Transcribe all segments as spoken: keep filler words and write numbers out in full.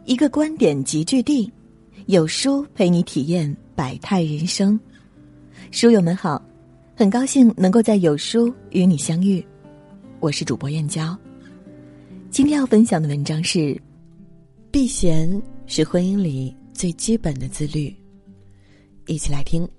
一个观点集聚地，有书陪你体验百态人生。书友们好，很高兴能够在有书与你相遇，我是主播燕娇。今天要分享的文章是避嫌是婚姻里最基本的自律，一起来听。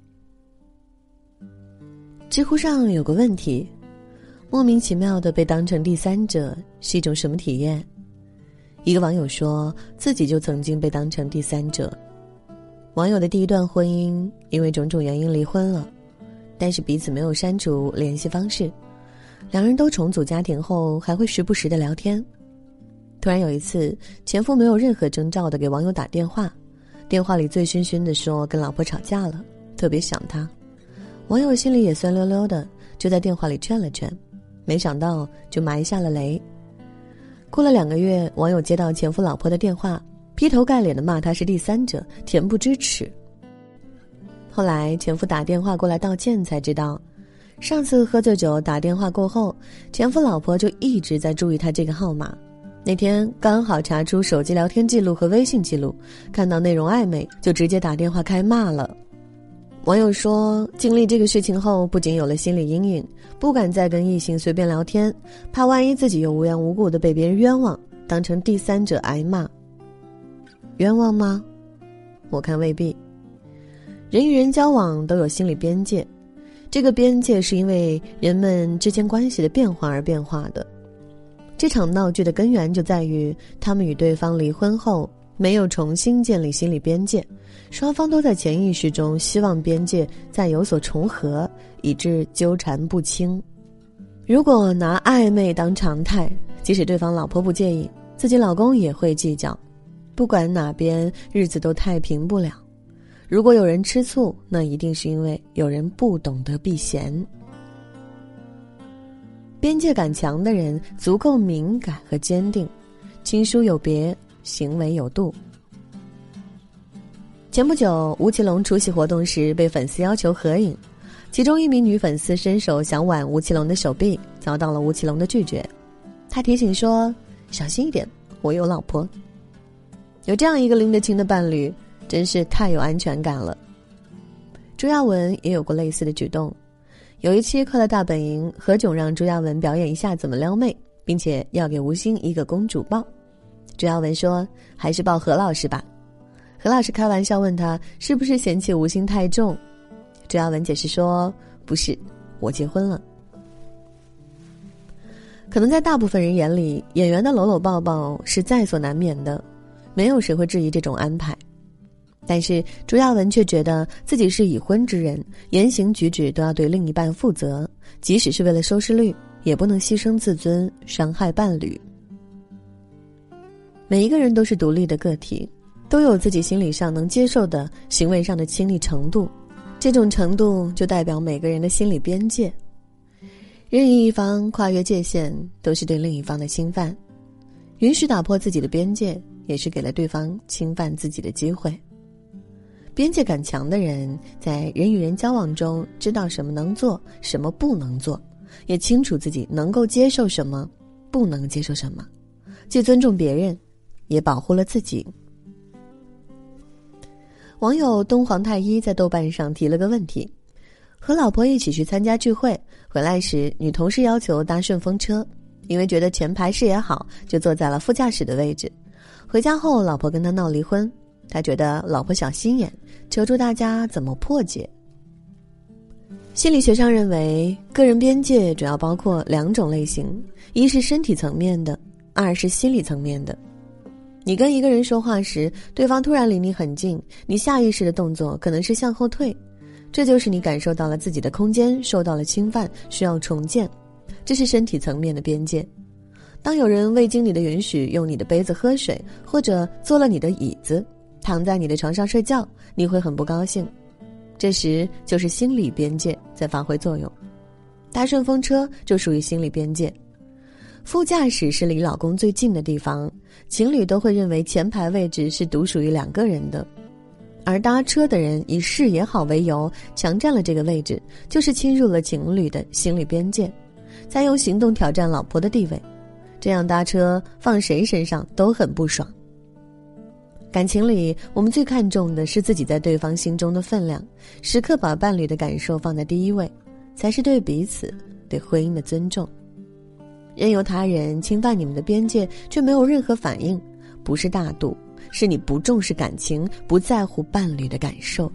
知乎上有个问题，莫名其妙的被当成第三者是一种什么体验？一个网友说自己就曾经被当成第三者。网友的第一段婚姻因为种种原因离婚了，但是彼此没有删除联系方式，两人都重组家庭后还会时不时的聊天。突然有一次，前夫没有任何征兆的给网友打电话，电话里醉醺醺的说跟老婆吵架了，特别想他。网友心里也酸溜溜的，就在电话里劝了劝，没想到就埋下了雷。过了两个月，网友接到前夫老婆的电话，劈头盖脸的骂他是第三者，恬不知耻。后来前夫打电话过来道歉，才知道上次喝醉酒打电话过后，前夫老婆就一直在注意他这个号码。那天刚好查出手机聊天记录和微信记录，看到内容暧昧，就直接打电话开骂了。网友说，经历这个事情后，不仅有了心理阴影，不敢再跟异性随便聊天，怕万一自己又无缘无故的被别人冤枉，当成第三者挨骂。冤枉吗？我看未必。人与人交往都有心理边界，这个边界是因为人们之间关系的变化而变化的。这场闹剧的根源就在于他们与对方离婚后没有重新建立心理边界，双方都在潜意识中希望边界再有所重合，以致纠缠不清。如果拿暧昧当常态，即使对方老婆不介意，自己老公也会计较，不管哪边日子都太平不了。如果有人吃醋，那一定是因为有人不懂得避嫌。边界感强的人足够敏感和坚定，亲疏有别，行为有度。前不久，吴奇隆出席活动时被粉丝要求合影，其中一名女粉丝伸手想挽吴奇隆的手臂，遭到了吴奇隆的拒绝。他提醒说，小心一点，我有老婆。有这样一个拎得清的伴侣，真是太有安全感了。朱亚文也有过类似的举动。有一期快乐大本营，何炅让朱亚文表演一下怎么撩妹，并且要给吴昕一个公主抱。朱亚文说，还是抱何老师吧。何老师开玩笑问他是不是嫌弃吴昕太重，朱亚文解释说，不是，我结婚了。可能在大部分人眼里，演员的搂搂抱抱是在所难免的，没有谁会质疑这种安排。但是朱亚文却觉得自己是已婚之人，言行举止都要对另一半负责，即使是为了收视率，也不能牺牲自尊，伤害伴侣。每一个人都是独立的个体，都有自己心理上能接受的行为上的亲密程度，这种程度就代表每个人的心理边界。任意一方跨越界限，都是对另一方的侵犯，允许打破自己的边界，也是给了对方侵犯自己的机会。边界感强的人，在人与人交往中知道什么能做，什么不能做，也清楚自己能够接受什么，不能接受什么，既尊重别人，也保护了自己。网友东皇太一在豆瓣上提了个问题，和老婆一起去参加聚会，回来时女同事要求搭顺风车，因为觉得前排视野好，就坐在了副驾驶的位置。回家后老婆跟他闹离婚，他觉得老婆小心眼，求助大家怎么破解。心理学上认为，个人边界主要包括两种类型，一是身体层面的，二是心理层面的。你跟一个人说话时，对方突然离你很近，你下意识的动作可能是向后退，这就是你感受到了自己的空间受到了侵犯，需要重建，这是身体层面的边界。当有人未经你的允许用你的杯子喝水，或者坐了你的椅子，躺在你的床上睡觉，你会很不高兴，这时就是心理边界在发挥作用。搭顺风车就属于心理边界。副驾驶是离老公最近的地方，情侣都会认为前排位置是独属于两个人的，而搭车的人以视野好为由强占了这个位置，就是侵入了情侣的心理边界，再用行动挑战老婆的地位，这样搭车放谁身上都很不爽。 感情里，我们最看重的是自己在对方心中的分量，时刻把伴侣的感受放在第一位，才是对彼此、对婚姻的尊重。任由他人侵犯你们的边界，却没有任何反应，不是大度，是你不重视感情，不在乎伴侣的感受。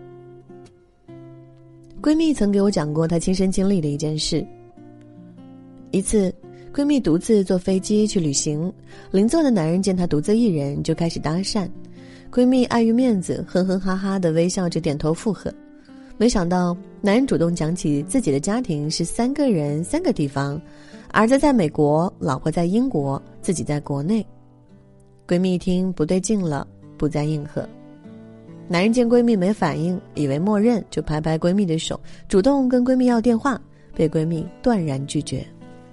闺蜜曾给我讲过她亲身经历的一件事。一次，闺蜜独自坐飞机去旅行，邻座的男人见她独自一人，就开始搭讪。闺蜜碍于面子，哼哼哈哈地微笑着点头附和。没想到，男人主动讲起自己的家庭是三个人三个地方，儿子在美国，老婆在英国，自己在国内。闺蜜一听不对劲了，不再应和。男人见闺蜜没反应，以为默认，就拍拍闺蜜的手，主动跟闺蜜要电话，被闺蜜断然拒绝。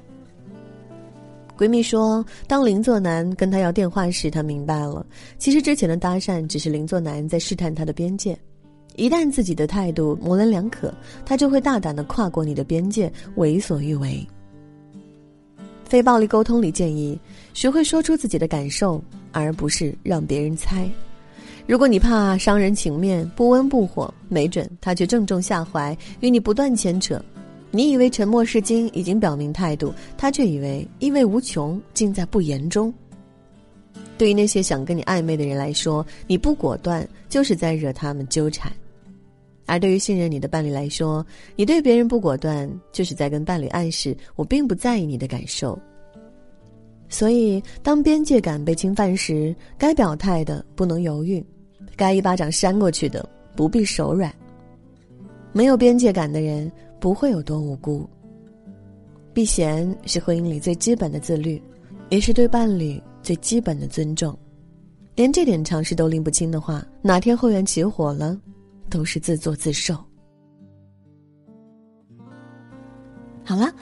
闺蜜说，当邻座男跟她要电话时，她明白了，其实之前的搭讪只是邻座男在试探她的边界。一旦自己的态度模棱两可，他就会大胆地跨过你的边界，为所欲为。非暴力沟通里建议，学会说出自己的感受，而不是让别人猜。如果你怕伤人情面，不温不火，没准他却正中下怀，与你不断牵扯。你以为沉默是金，已经表明态度，他却以为意味无穷，尽在不言中。对于那些想跟你暧昧的人来说，你不果断，就是在惹他们纠缠。而对于信任你的伴侣来说，你对别人不果断，就是在跟伴侣暗示我并不在意你的感受。所以当边界感被侵犯时，该表态的不能犹豫，该一巴掌扇过去的不必手软。没有边界感的人不会有多无辜。避嫌是婚姻里最基本的自律，也是对伴侣最基本的尊重。连这点常识都拎不清的话，哪天后院起火了，都是自作自受。好了，